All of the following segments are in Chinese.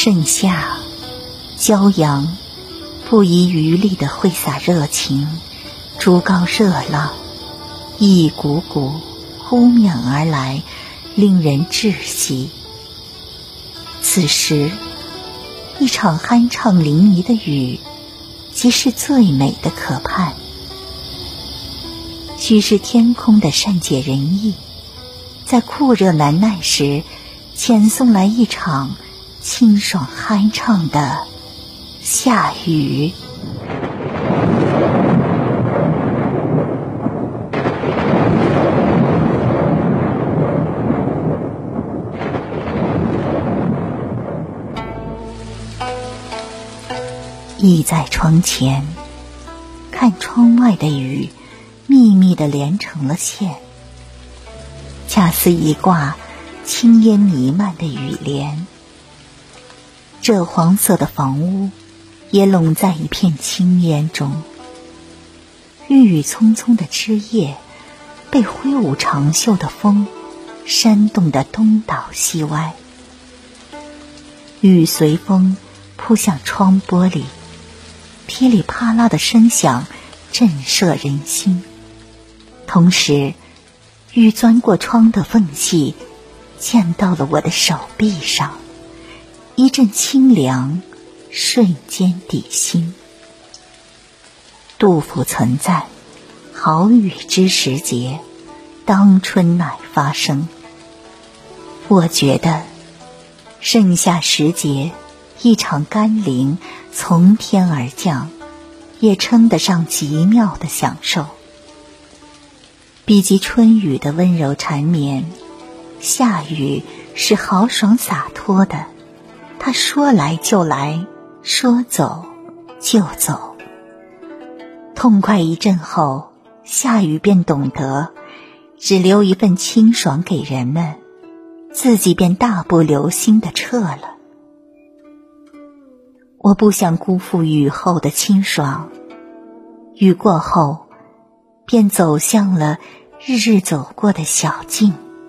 盛夏，骄阳不遗余力地挥洒热情，竹篙热浪，一股股扑面而来，令人窒息。此时，一场酣畅淋漓的雨，即是最美的可盼。须是天空的善解人意，在酷热难耐时，遣送来一场清爽酣畅的夏雨。倚在窗前，看窗外的雨密密地连成了线，恰似一挂青烟弥漫的雨帘。这黄色的房屋也笼在一片青烟中，郁郁葱葱的枝叶被挥舞长袖的风扇动得东倒西歪，雨随风扑向窗玻璃，噼里啪啦的声响震慑人心。同时，雨钻过窗的缝隙，溅到了我的手臂上，一阵清凉瞬间抵心。杜甫曾赞：好雨知时节，当春乃发生。我觉得盛夏时节，一场甘霖从天而降，也称得上极妙的享受。比及春雨的温柔缠绵，夏雨是豪爽洒脱的，它说来就来，说走就走。痛快一阵后，夏雨便懂得只留一份清爽给人们，自己便大步流星地撤了。我不想辜负雨后的清爽，雨过后便走向了日日走过的小径。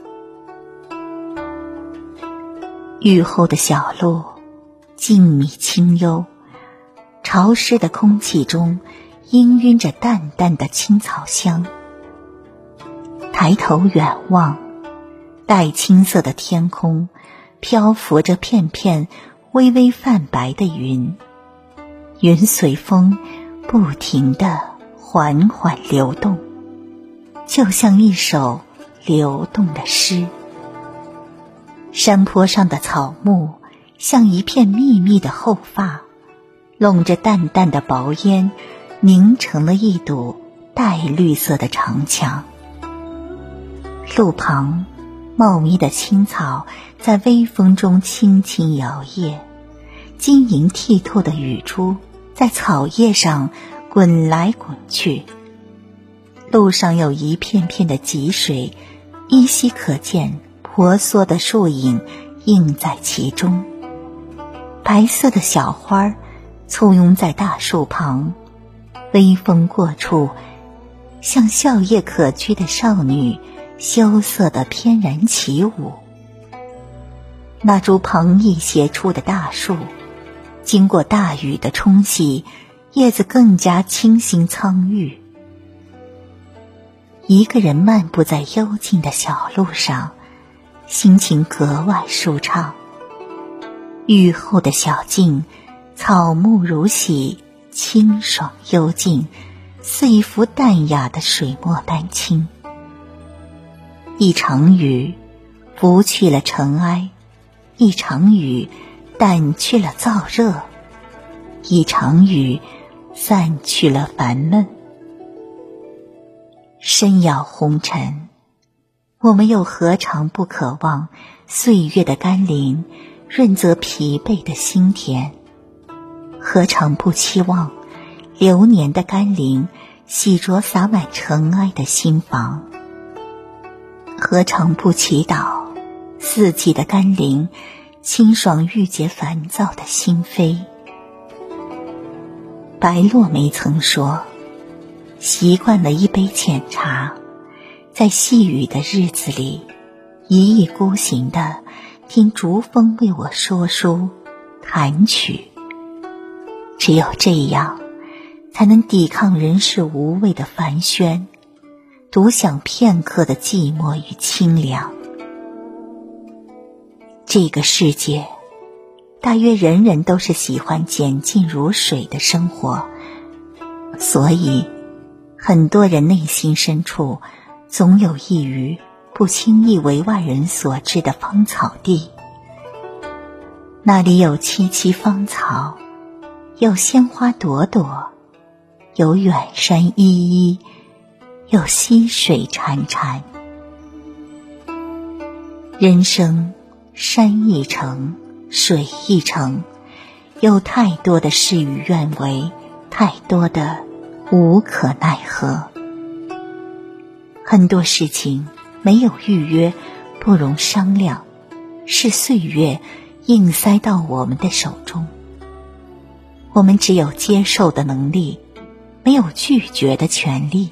雨后的小路静谧清幽，潮湿的空气中氤氲着淡淡的青草香。抬头远望，黛青色的天空漂浮着片片微微泛白的云，云随风不停地缓缓流动，就像一首流动的诗。山坡上的草木像一片密密的厚发，笼着淡淡的薄烟，凝成了一堵带绿色的长墙。路旁茂密的青草在微风中轻轻摇曳，晶莹剔透的雨珠在草叶上滚来滚去。路上有一片片的积水，依稀可见婆娑的树影映在其中。白色的小花簇拥在大树旁，微风过处，像笑靥可掬的少女羞涩地翩然起舞。那株旁逸斜出的大树，经过大雨的冲洗，叶子更加清新苍郁。一个人漫步在幽静的小路上，心情格外舒畅。雨后的小径，草木如洗，清爽幽静，似一幅淡雅的水墨丹青。一场雨拂去了尘埃，一场雨掸去了燥热，一场雨散去了烦闷。身摇红尘，我们又何尝不渴望岁月的甘霖润泽疲惫的心田？何尝不期望流年的甘霖洗濯洒满尘埃的心房？何尝不祈祷四季的甘霖清爽郁结烦躁的心扉？白落梅曾说，习惯了一杯浅茶，在细雨的日子里，一意孤行地听竹风为我说书， 弹曲。只有这样，才能抵抗人世无味的繁喧，独享片刻的寂寞与清凉。这个世界，大约人人都是喜欢简静如水的生活，所以很多人内心深处总有一隅不轻易为外人所知的芳草地。那里有萋萋芳草，有鲜花朵朵，有远山依依，有溪水潺潺。人生山一程，水一程，有太多的事与愿违，太多的无可奈何。很多事情没有预约，不容商量，是岁月硬塞到我们的手中。我们只有接受的能力，没有拒绝的权利。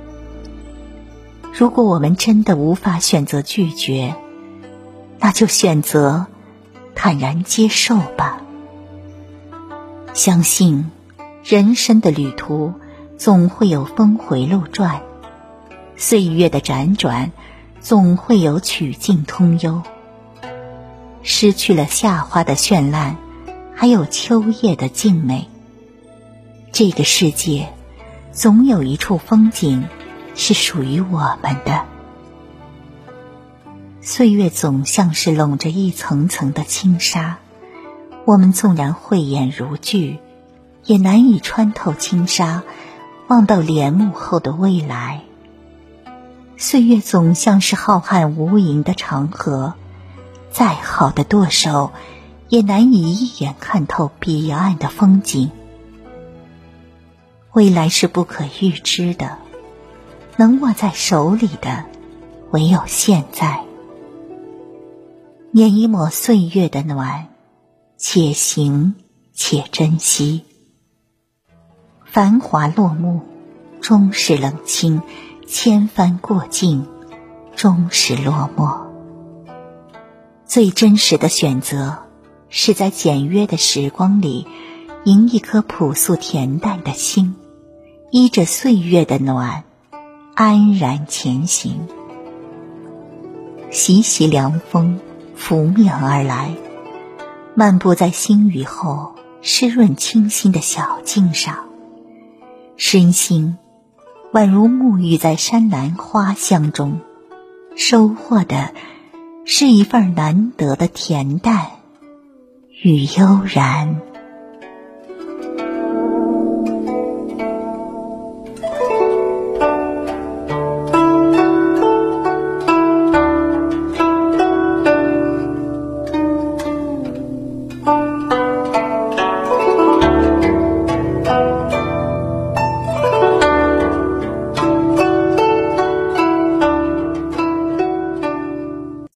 如果我们真的无法选择拒绝，那就选择坦然接受吧。相信人生的旅途总会有峰回路转，岁月的辗转总会有曲径通幽。失去了夏花的绚烂，还有秋叶的静美。这个世界总有一处风景是属于我们的。岁月总像是笼着一层层的轻纱，我们纵然慧眼如炬，也难以穿透轻纱，望到帘幕后的未来。岁月总像是浩瀚无垠的长河，再好的舵手也难以一眼看透彼岸的风景。未来是不可预知的，能握在手里的唯有现在。捻一抹岁月的暖，且行且珍惜。繁华落幕，终是冷清；千帆过尽，终是落寞。最真实的选择，是在简约的时光里，迎一颗朴素恬淡的心，依着岁月的暖，安然前行。习习凉风拂面而来，漫步在星雨后湿润清新的小径上，身心宛如沐浴在山岚花香中，收获的是一份难得的恬淡与悠然。